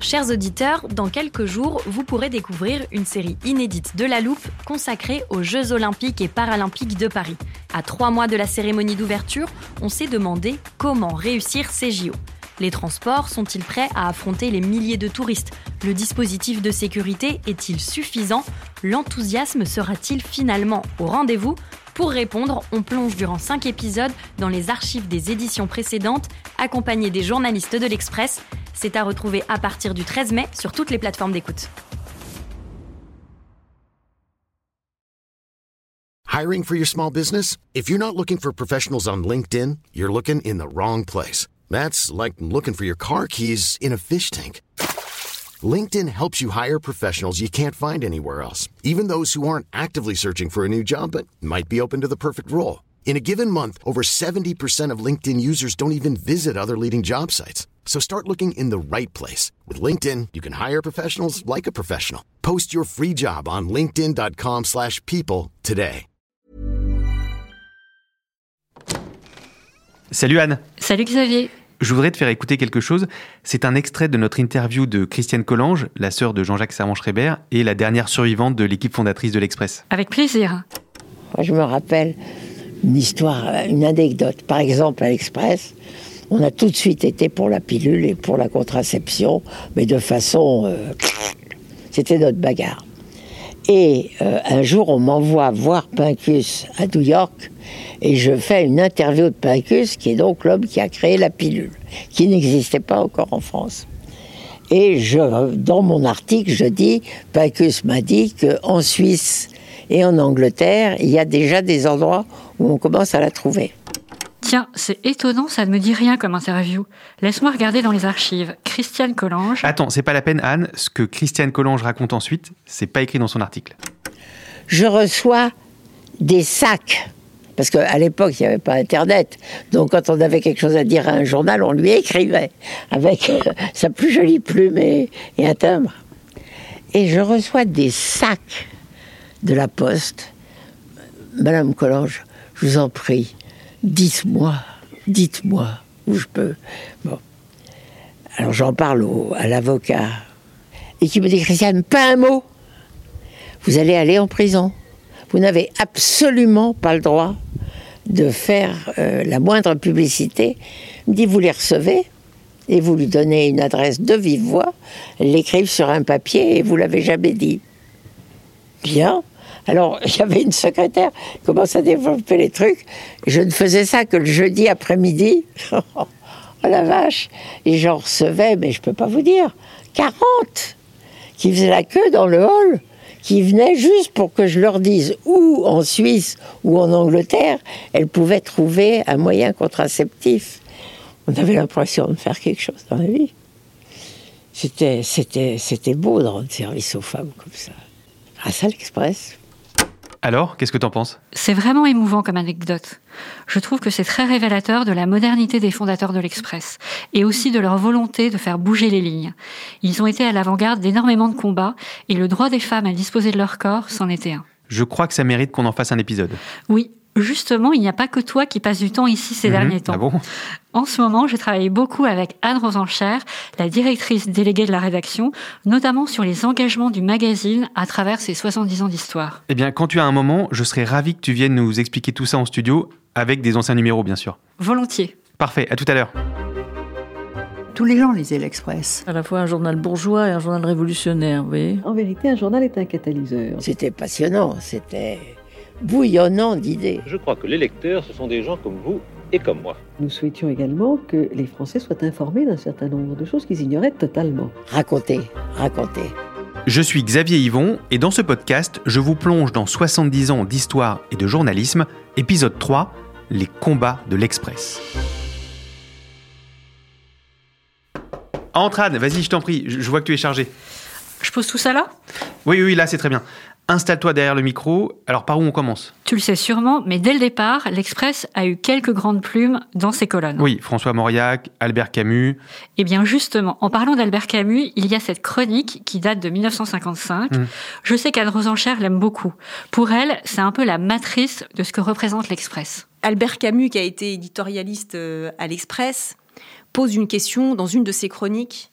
Chers auditeurs, dans quelques jours, vous pourrez découvrir une série inédite de La Loupe consacrée aux Jeux Olympiques et Paralympiques de Paris. À 3 mois de la cérémonie d'ouverture, on s'est demandé comment réussir ces JO. Les transports sont-ils prêts à affronter les milliers de touristes ? Le dispositif de sécurité est-il suffisant ? L'enthousiasme sera-t-il finalement au rendez-vous ? Pour répondre, on plonge durant 5 épisodes dans les archives des éditions précédentes, accompagnés des journalistes de l'Express. C'est à retrouver à partir du 13 mai sur toutes les plateformes d'écoute. Hiring for your small business? If you're not looking for professionals on LinkedIn, you're looking in the wrong place. That's like looking for your car keys in a fish tank. LinkedIn helps you hire professionals you can't find anywhere else, even those who aren't actively searching for a new job but might be open to the perfect role. In a given month, over 70% of LinkedIn users don't even visit other leading job sites. So start looking in the right place. With LinkedIn, you can hire professionals like a professional. Post your free job on linkedin.com/people today. Salut Anne. Salut Xavier. Je voudrais te faire écouter quelque chose. C'est un extrait de notre interview de Christiane Collange, la sœur de Jean-Jacques Servan-Schreiber et la dernière survivante de l'équipe fondatrice de l'Express. Avec plaisir. Moi, je me rappelle une histoire, une anecdote. Par exemple, à l'Express, on a tout de suite été pour la pilule et pour la contraception, mais de façon... c'était notre bagarre. Et un jour, on m'envoie voir Pincus à New York, et je fais une interview de Pincus, qui est donc l'homme qui a créé la pilule, qui n'existait pas encore en France. Et dans mon article, je dis, Pincus m'a dit qu'en Suisse et en Angleterre, il y a déjà des endroits où on commence à la trouver. Tiens, c'est étonnant, ça ne me dit rien comme interview. Laisse-moi regarder dans les archives. Christiane Collange... Attends, c'est pas la peine Anne, ce que Christiane Collange raconte ensuite, c'est pas écrit dans son article. Je reçois des sacs, parce qu'à l'époque, il n'y avait pas Internet. Donc quand on avait quelque chose à dire à un journal, on lui écrivait, avec sa plus jolie plume et un timbre. Et je reçois des sacs de la Poste. Madame Collange, je vous en prie, dites-moi où je peux. Bon. Alors j'en parle à l'avocat, et qui me dit, Christiane, pas un mot. Vous allez aller en prison. Vous n'avez absolument pas le droit de faire la moindre publicité. Il me dit, vous les recevez, et vous lui donnez une adresse de vive voix, l'écrivent sur un papier, et vous l'avez jamais dit. Bien. Alors, il y avait une secrétaire qui commence à développer les trucs. Je ne faisais ça que le jeudi après-midi. Oh la vache. Et j'en recevais, mais je ne peux pas vous dire, 40 qui faisaient la queue dans le hall, qui venaient juste pour que je leur dise où en Suisse ou en Angleterre, elles pouvaient trouver un moyen contraceptif. On avait l'impression de faire quelque chose dans la vie. C'était beau de rendre service aux femmes comme ça. Grâce à l'Express. Alors, qu'est-ce que t'en penses ? C'est vraiment émouvant comme anecdote. Je trouve que c'est très révélateur de la modernité des fondateurs de l'Express et aussi de leur volonté de faire bouger les lignes. Ils ont été à l'avant-garde d'énormément de combats et le droit des femmes à disposer de leur corps c'en était un. Je crois que ça mérite qu'on en fasse un épisode. Oui. Justement, il n'y a pas que toi qui passes du temps ici ces derniers temps. Ah bon ? En ce moment, je travaille beaucoup avec Anne Rosencher, la directrice déléguée de la rédaction, notamment sur les engagements du magazine à travers ses 70 ans d'histoire. Eh bien, quand tu as un moment, je serais ravi que tu viennes nous expliquer tout ça en studio, avec des anciens numéros, bien sûr. Volontiers. Parfait, à tout à l'heure. Tous les gens lisaient l'Express. À la fois un journal bourgeois et un journal révolutionnaire, vous voyez. En vérité, un journal est un catalyseur. C'était passionnant, c'était... bouillonnant d'idées. Je crois que les lecteurs, ce sont des gens comme vous et comme moi. Nous souhaitions également que les Français soient informés d'un certain nombre de choses qu'ils ignoraient totalement. Racontez. Je suis Xavier Yvon et dans ce podcast, je vous plonge dans 70 ans d'histoire et de journalisme, épisode 3, les combats de l'Express. Entre Anne, vas-y, je t'en prie, je vois que tu es chargée. Je pose tout ça là ? Oui, là c'est très bien. Installe-toi derrière le micro. Alors, par où on commence ? Tu le sais sûrement, mais dès le départ, l'Express a eu quelques grandes plumes dans ses colonnes. Oui, François Mauriac, Albert Camus. Eh bien, justement, en parlant d'Albert Camus, il y a cette chronique qui date de 1955. Je sais qu'Anne Rosencher l'aime beaucoup. Pour elle, c'est un peu la matrice de ce que représente l'Express. Albert Camus, qui a été éditorialiste à l'Express, pose une question dans une de ses chroniques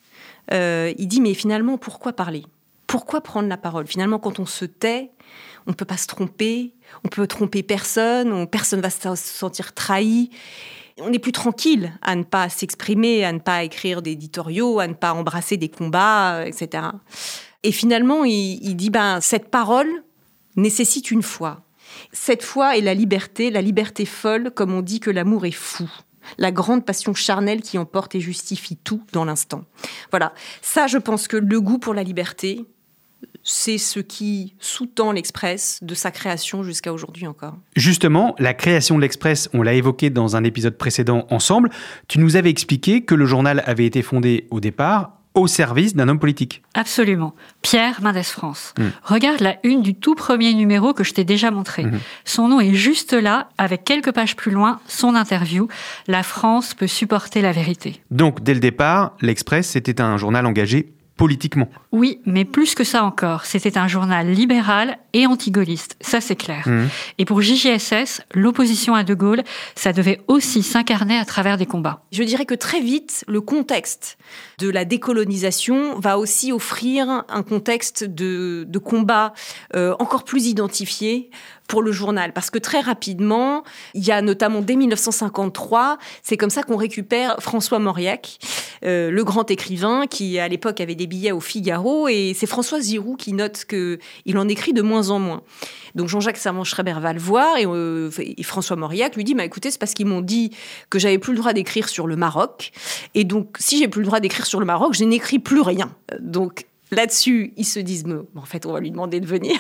il dit mais finalement pourquoi parler ? Pourquoi prendre la parole ? Finalement, quand on se tait, on ne peut pas se tromper, on peut tromper personne, personne ne va se sentir trahi. On est plus tranquille à ne pas s'exprimer, à ne pas écrire d'éditoriaux, à ne pas embrasser des combats, etc. Et finalement, il dit cette parole nécessite une foi. Cette foi est la liberté folle, comme on dit que l'amour est fou. La grande passion charnelle qui emporte et justifie tout dans l'instant. Voilà. Ça, je pense que le goût pour la liberté, c'est ce qui sous-tend l'Express de sa création jusqu'à aujourd'hui encore. Justement, la création de l'Express, on l'a évoqué dans un épisode précédent ensemble. Tu nous avais expliqué que le journal avait été fondé au départ au service d'un homme politique. Absolument. Pierre Mendès France. Regarde la une du tout premier numéro que je t'ai déjà montré. Son nom est juste là, avec quelques pages plus loin, son interview « La France peut supporter la vérité ». Donc, dès le départ, l'Express, c'était un journal engagé politiquement. Oui, mais plus que ça encore. C'était un journal libéral et anti-gaulliste, ça c'est clair. Et pour JJSS, l'opposition à De Gaulle, ça devait aussi s'incarner à travers des combats. Je dirais que très vite, le contexte de la décolonisation va aussi offrir un contexte de combat encore plus identifié pour le journal. Parce que très rapidement, il y a notamment dès 1953, c'est comme ça qu'on récupère François Mauriac, le grand écrivain qui à l'époque avait des billets au Figaro, et c'est Françoise Giroud qui note qu'il en écrit de moins en moins. Donc Jean-Jacques Servan-Schreiber va le voir et François Mauriac lui dit écoutez, c'est parce qu'ils m'ont dit que j'avais plus le droit d'écrire sur le Maroc, et donc si j'ai plus le droit d'écrire sur le Maroc, je n'écris plus rien. Donc là-dessus, ils se disent en fait, on va lui demander de venir.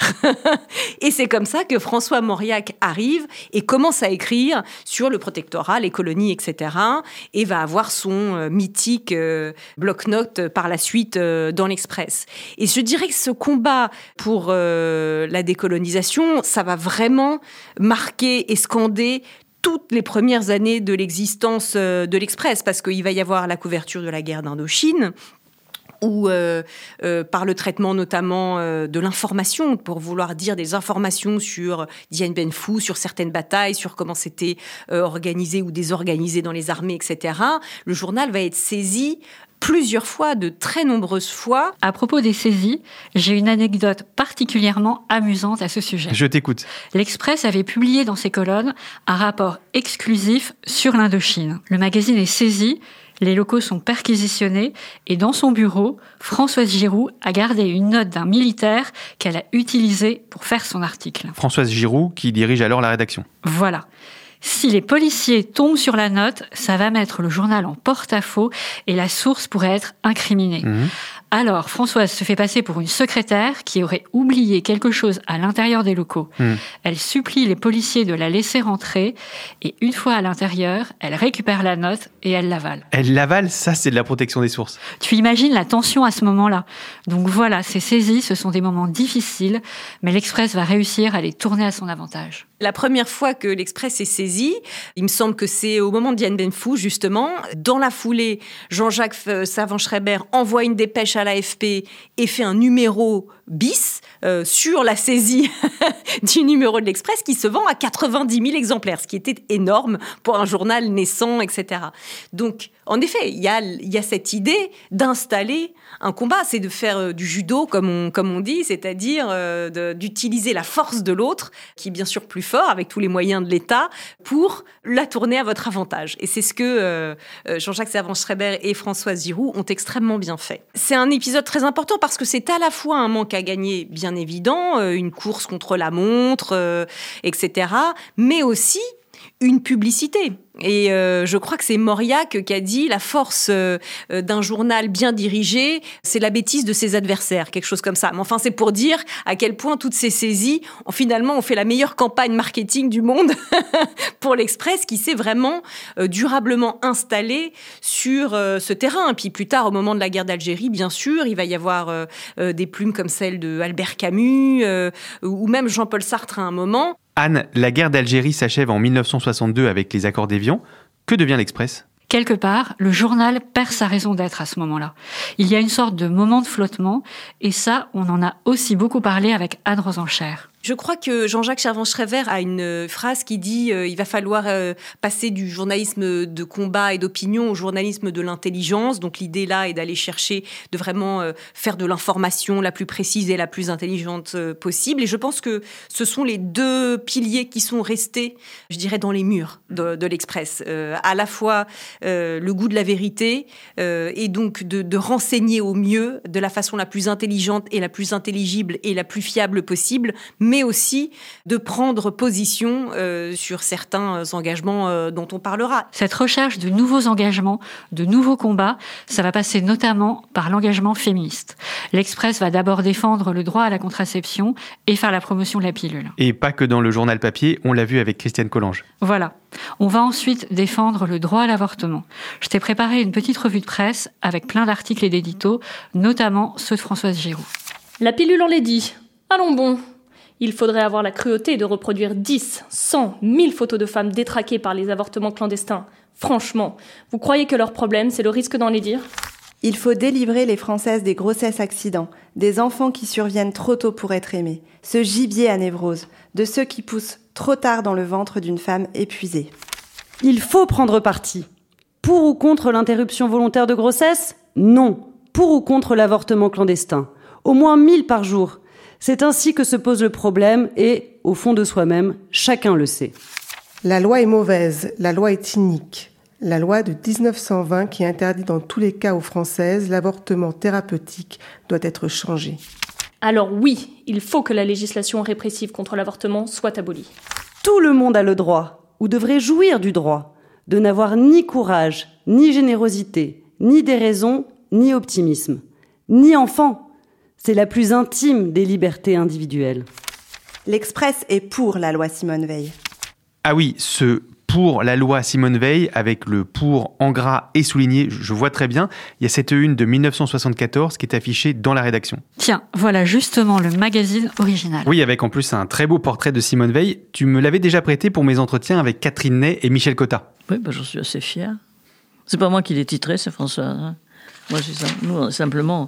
Et c'est comme ça que François Mauriac arrive et commence à écrire sur le protectorat, les colonies, etc. Et va avoir son mythique bloc-notes par la suite dans l'Express. Et je dirais que ce combat pour la décolonisation, ça va vraiment marquer et scander toutes les premières années de l'existence de l'Express, parce qu'il va y avoir la couverture de la guerre d'Indochine, ou par le traitement notamment de l'information, pour vouloir dire des informations sur Dien Bien Phu, sur certaines batailles, sur comment c'était organisé ou désorganisé dans les armées, etc. Le journal va être saisi plusieurs fois, de très nombreuses fois. À propos des saisies, j'ai une anecdote particulièrement amusante à ce sujet. Je t'écoute. L'Express avait publié dans ses colonnes un rapport exclusif sur l'Indochine. Le magazine est saisi, les locaux sont perquisitionnés et dans son bureau, Françoise Giroud a gardé une note d'un militaire qu'elle a utilisée pour faire son article. Françoise Giroud qui dirige alors la rédaction. Voilà. Si les policiers tombent sur la note, ça va mettre le journal en porte-à-faux et la source pourrait être incriminée. Alors, Françoise se fait passer pour une secrétaire qui aurait oublié quelque chose à l'intérieur des locaux. Elle supplie les policiers de la laisser rentrer et une fois à l'intérieur, elle récupère la note et elle l'avale. Elle l'avale, ça c'est de la protection des sources. Tu imagines la tension à ce moment-là. Donc voilà, ces saisies, ce sont des moments difficiles, mais l'Express va réussir à les tourner à son avantage. La première fois que l'Express est saisi, il me semble que c'est au moment de Dien Bien Phu, justement. Dans la foulée, Jean-Jacques Servan-Schreiber envoie une dépêche à l'AFP et fait un numéro bis sur la saisie du numéro de l'Express qui se vend à 90 000 exemplaires, ce qui était énorme pour un journal naissant, etc. Donc, en effet, il y a cette idée d'installer un combat, c'est de faire du judo, comme on dit, c'est-à-dire d'utiliser la force de l'autre, qui est bien sûr plus fort, avec tous les moyens de l'État, pour la tourner à votre avantage. Et c'est ce que Jean-Jacques Servan-Schreiber et Françoise Giroud ont extrêmement bien fait. C'est un épisode très important parce que c'est à la fois un manque à gagner bien évident, une course contre la montre, etc., mais aussi une publicité. Et je crois que c'est Mauriac qui a dit la force d'un journal bien dirigé, c'est la bêtise de ses adversaires, quelque chose comme ça. Mais enfin, c'est pour dire à quel point toutes ces saisies, finalement, ont fait la meilleure campagne marketing du monde pour l'Express, qui s'est vraiment durablement installé sur ce terrain. Puis plus tard, au moment de la guerre d'Algérie, bien sûr, il va y avoir des plumes comme celle de Albert Camus ou même Jean-Paul Sartre à un moment. Anne, la guerre d'Algérie s'achève en 1962 avec les accords d'Évian. Que devient l'Express ? Quelque part, le journal perd sa raison d'être à ce moment-là. Il y a une sorte de moment de flottement, et ça, on en a aussi beaucoup parlé avec Anne Rosencher. Je crois que Jean-Jacques Servan-Schreiber a une phrase qui dit il va falloir passer du journalisme de combat et d'opinion au journalisme de l'intelligence. Donc l'idée là est d'aller chercher, de vraiment faire de l'information la plus précise et la plus intelligente possible. Et je pense que ce sont les deux piliers qui sont restés, je dirais, dans les murs de l'Express. À la fois le goût de la vérité et donc de renseigner au mieux, de la façon la plus intelligente et la plus intelligible et la plus fiable possible, mais aussi de prendre position sur certains engagements dont on parlera. Cette recherche de nouveaux engagements, de nouveaux combats, ça va passer notamment par l'engagement féministe. L'Express va d'abord défendre le droit à la contraception et faire la promotion de la pilule. Et pas que dans le journal papier, on l'a vu avec Christiane Collange. Voilà. On va ensuite défendre le droit à l'avortement. Je t'ai préparé une petite revue de presse avec plein d'articles et d'éditos, notamment ceux de Françoise Giroud. La pilule, on l'a dit. Allons bon. Il faudrait avoir la cruauté de reproduire 10, 100, 1000 photos de femmes détraquées par les avortements clandestins. Franchement, vous croyez que leur problème, c'est le risque d'en les dire ? Il faut délivrer les Françaises des grossesses accidents, des enfants qui surviennent trop tôt pour être aimés, ce gibier à névrose, de ceux qui poussent trop tard dans le ventre d'une femme épuisée. Il faut prendre parti. Pour ou contre l'interruption volontaire de grossesse ? Non. Pour ou contre l'avortement clandestin ? Au moins 1000 par jour. C'est ainsi que se pose le problème et, au fond de soi-même, chacun le sait. La loi est mauvaise, la loi est inique. La loi de 1920 qui interdit dans tous les cas aux Françaises l'avortement thérapeutique doit être changée. Alors oui, il faut que la législation répressive contre l'avortement soit abolie. Tout le monde a le droit, ou devrait jouir du droit, de n'avoir ni courage, ni générosité, ni déraison, ni optimisme, ni enfant. C'est la plus intime des libertés individuelles. L'Express est pour la loi Simone Veil. Ah oui, ce pour la loi Simone Veil, avec le pour en gras et souligné, je vois très bien. Il y a cette une de 1974 qui est affichée dans la rédaction. Tiens, voilà justement le magazine original. Oui, avec en plus un très beau portrait de Simone Veil. Tu me l'avais déjà prêté pour mes entretiens avec Catherine Ney et Michel Cotta. Oui, j'en suis assez fier. C'est pas moi qui l'ai titré, c'est François. Hein. Moi, nous, simplement...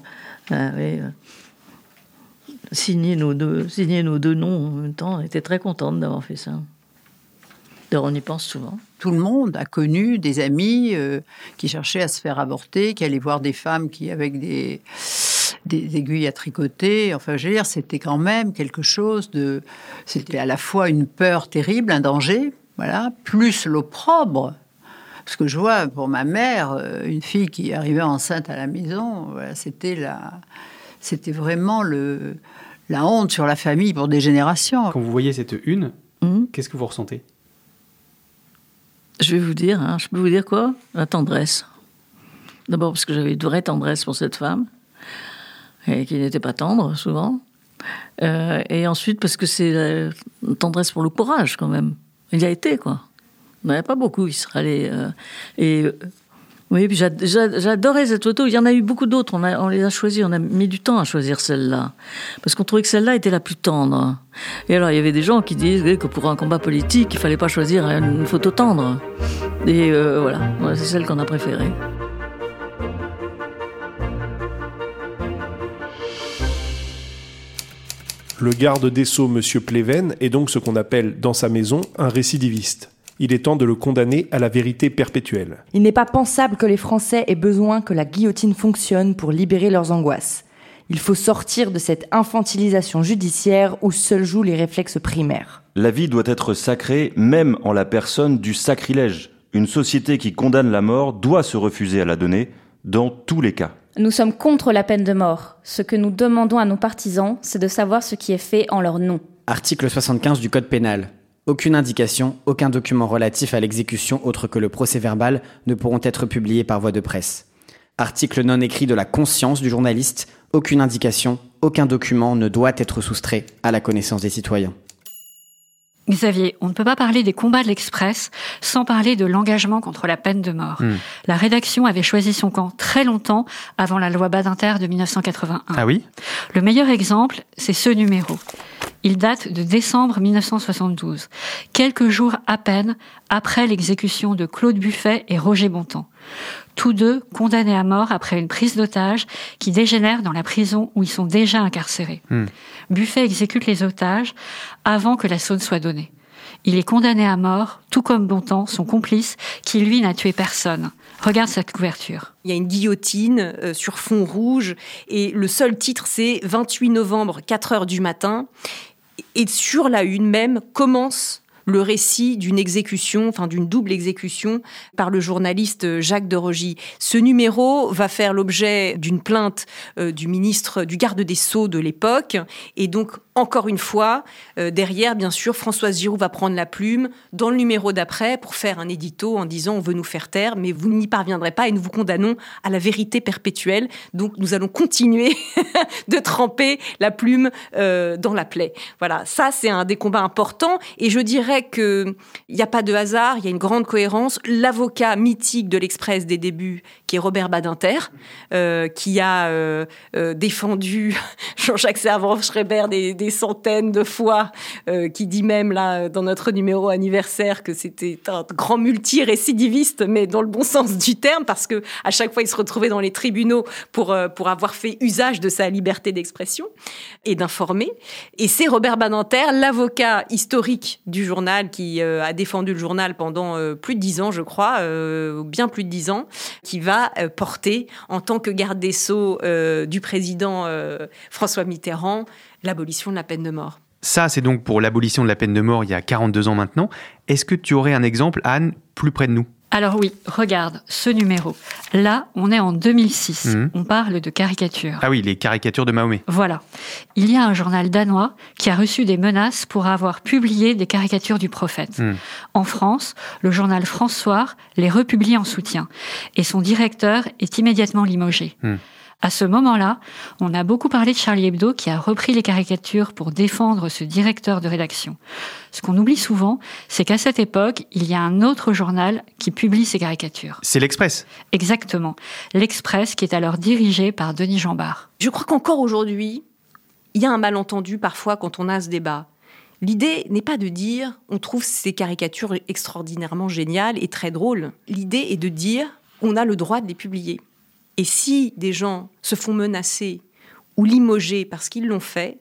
signer nos deux noms en même temps. On était très contente d'avoir fait ça. D'ailleurs, on y pense souvent. Tout le monde a connu des amis qui cherchaient à se faire avorter, qui allaient voir des femmes qui, avec des aiguilles à tricoter. Enfin, je veux dire, c'était quand même quelque chose de... C'était à la fois une peur terrible, un danger, voilà, plus l'opprobre. Parce que je vois, pour ma mère, une fille qui arrivait enceinte à la maison, voilà, c'était vraiment la honte sur la famille pour des générations. Quand vous voyez cette une, qu'est-ce que vous ressentez ? Je vais vous dire, je peux vous dire quoi ? La tendresse. D'abord parce que j'avais une vraie tendresse pour cette femme, et qui n'était pas tendre, souvent. Et ensuite parce que c'est une tendresse pour le courage, quand même. Il y a été, quoi. Il n'y en avait pas beaucoup qui seraient allés... Oui, puis j'adorais cette photo. Il y en a eu beaucoup d'autres. On les a choisis. On a mis du temps à choisir celle-là. Parce qu'on trouvait que celle-là était la plus tendre. Et alors, il y avait des gens qui disaient que pour un combat politique, il ne fallait pas choisir une photo tendre. Et voilà, c'est celle qu'on a préférée. Le garde des Sceaux, M. Pleven, est donc ce qu'on appelle, dans sa maison, un récidiviste. Il est temps de le condamner à la vérité perpétuelle. Il n'est pas pensable que les Français aient besoin que la guillotine fonctionne pour libérer leurs angoisses. Il faut sortir de cette infantilisation judiciaire où seuls jouent les réflexes primaires. La vie doit être sacrée, même en la personne du sacrilège. Une société qui condamne la mort doit se refuser à la donner, dans tous les cas. Nous sommes contre la peine de mort. Ce que nous demandons à nos partisans, c'est de savoir ce qui est fait en leur nom. Article 75 du Code pénal. Aucune indication, aucun document relatif à l'exécution autre que le procès-verbal ne pourront être publiés par voie de presse. Article non écrit de la conscience du journaliste. Aucune indication, aucun document ne doit être soustrait à la connaissance des citoyens. Xavier, on ne peut pas parler des combats de l'Express sans parler de l'engagement contre la peine de mort. La rédaction avait choisi son camp très longtemps avant la loi Badinter de 1981. Ah oui ? Le meilleur exemple, c'est ce numéro. Il date de décembre 1972, quelques jours à peine après l'exécution de Claude Buffet et Roger Bontemps. tous deux condamnés à mort après une prise d'otages qui dégénère dans la prison où ils sont déjà incarcérés. Buffet exécute les otages avant que la sonde soit donnée. Il est condamné à mort, tout comme Bontemps, son complice, qui lui n'a tué personne. Regarde cette couverture. Il y a une guillotine sur fond rouge et le seul titre c'est 28 novembre, 4h du matin. Et sur la une même commence le récit d'une exécution, enfin d'une double exécution par le journaliste Jacques de Rogy. Ce numéro va faire l'objet d'une plainte du ministre, du garde des Sceaux de l'époque. Et donc, encore une fois, derrière, bien sûr, Françoise Giroud va prendre la plume dans le numéro d'après pour faire un édito en disant « On veut nous faire taire, mais vous n'y parviendrez pas et nous vous condamnons à la vérité perpétuelle. Donc, nous allons continuer de tremper la plume dans la plaie. » Voilà, ça, c'est un des combats importants. Et je dirais qu'il n'y a pas de hasard, il y a une grande cohérence. L'avocat mythique de l'Express des débuts, qui est Robert Badinter, qui a défendu Jean-Jacques Servan-Schreiber des centaines de fois, qui dit même là dans notre numéro anniversaire que c'était un grand multirécidiviste, mais dans le bon sens du terme, parce que à chaque fois il se retrouvait dans les tribunaux pour avoir fait usage de sa liberté d'expression et d'informer. Et c'est Robert Badinter, l'avocat historique du journal, qui a défendu le journal pendant plus de 10 ans, je crois, bien plus de 10 ans, qui va porter, en tant que garde des Sceaux du président François Mitterrand, l'abolition de la peine de mort. Ça, c'est donc pour l'abolition de la peine de mort il y a 42 ans maintenant. Est-ce que tu aurais un exemple, Anne, plus près de nous ? Alors oui, regarde ce numéro. Là, on est en 2006. On parle de caricatures. Ah oui, les caricatures de Mahomet. Voilà. Il y a un journal danois qui a reçu des menaces pour avoir publié des caricatures du prophète. En France, le journal François les republie en soutien. Et son directeur est immédiatement limogé. À ce moment-là, on a beaucoup parlé de Charlie Hebdo qui a repris les caricatures pour défendre ce directeur de rédaction. Ce qu'on oublie souvent, c'est qu'à cette époque, il y a un autre journal qui publie ces caricatures. C'est l'Express. Exactement. L'Express qui est alors dirigé par Denis Jambard. Je crois qu'encore aujourd'hui, il y a un malentendu parfois quand on a ce débat. L'idée n'est pas de dire on trouve ces caricatures extraordinairement géniales et très drôles. L'idée est de dire on a le droit de les publier. Et si des gens se font menacer ou limoger parce qu'ils l'ont fait,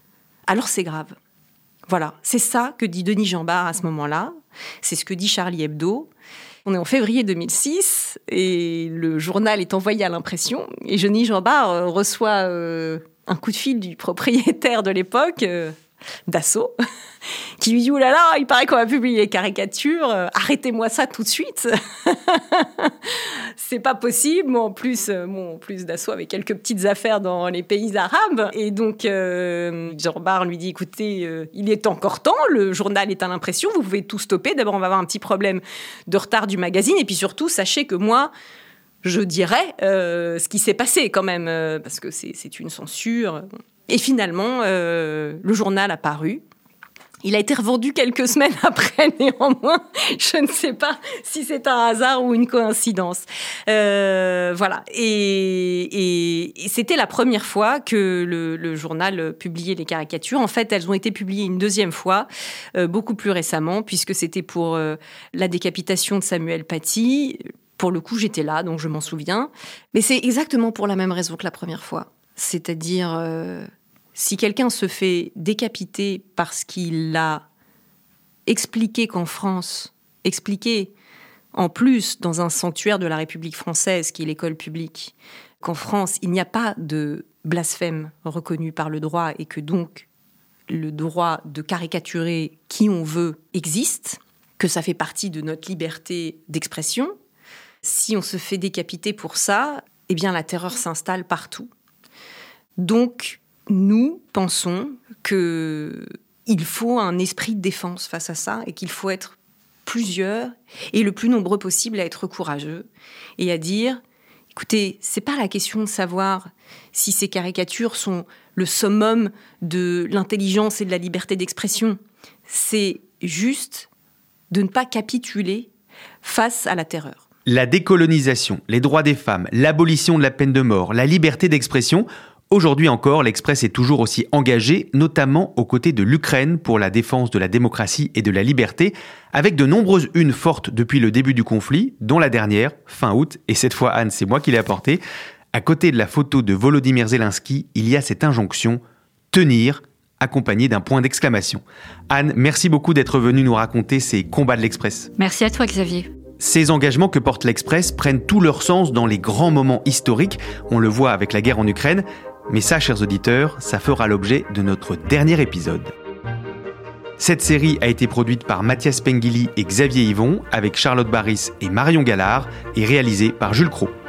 alors c'est grave. Voilà, c'est ça que dit Denis Jambard à ce moment-là. C'est ce que dit Charlie Hebdo. On est en février 2006 et le journal est envoyé à l'impression. Et Denis Jambard reçoit un coup de fil du propriétaire de l'époque, Dassault, qui lui dit « Ouh là là, il paraît qu'on va publier les caricatures, arrêtez-moi ça tout de suite !» C'est pas possible. Moi, en plus, Dassault avait quelques petites affaires dans les pays arabes. Et donc, Jambard lui dit « Écoutez, il est encore temps, le journal est à l'impression, vous pouvez tout stopper. D'abord, on va avoir un petit problème de retard du magazine. Et puis surtout, sachez que moi, je dirais ce qui s'est passé quand même, parce que c'est une censure. » Et finalement, le journal a paru. Il a été revendu quelques semaines après, néanmoins. Je ne sais pas si c'est un hasard ou une coïncidence. Voilà. Et c'était la première fois que le journal publiait les caricatures. En fait, elles ont été publiées une deuxième fois, beaucoup plus récemment, puisque c'était pour la décapitation de Samuel Paty. Pour le coup, j'étais là, donc je m'en souviens. Mais c'est exactement pour la même raison que la première fois. C'est-à-dire... si quelqu'un se fait décapiter parce qu'il a expliqué qu'en France, en plus dans un sanctuaire de la République française, qui est l'école publique, qu'en France, il n'y a pas de blasphème reconnu par le droit et que donc le droit de caricaturer qui on veut existe, que ça fait partie de notre liberté d'expression, si on se fait décapiter pour ça, eh bien la terreur s'installe partout. Donc, nous pensons qu'il faut un esprit de défense face à ça et qu'il faut être plusieurs et le plus nombreux possible à être courageux et à dire, écoutez, c'est pas la question de savoir si ces caricatures sont le summum de l'intelligence et de la liberté d'expression. C'est juste de ne pas capituler face à la terreur. La décolonisation, les droits des femmes, l'abolition de la peine de mort, la liberté d'expression... Aujourd'hui encore, l'Express est toujours aussi engagé, notamment aux côtés de l'Ukraine pour la défense de la démocratie et de la liberté, avec de nombreuses unes fortes depuis le début du conflit, dont la dernière, fin août, et cette fois Anne, c'est moi qui l'ai apportée. À côté de la photo de Volodymyr Zelensky, il y a cette injonction « tenir », accompagnée d'un point d'exclamation. Anne, merci beaucoup d'être venue nous raconter ces combats de l'Express. Merci à toi Xavier. Ces engagements que porte l'Express prennent tout leur sens dans les grands moments historiques. On le voit avec la guerre en Ukraine. Mais ça, chers auditeurs, ça fera l'objet de notre dernier épisode. Cette série a été produite par Mathias Pengili et Xavier Yvon, avec Charlotte Baris et Marion Gallard, et réalisée par Jules Cros.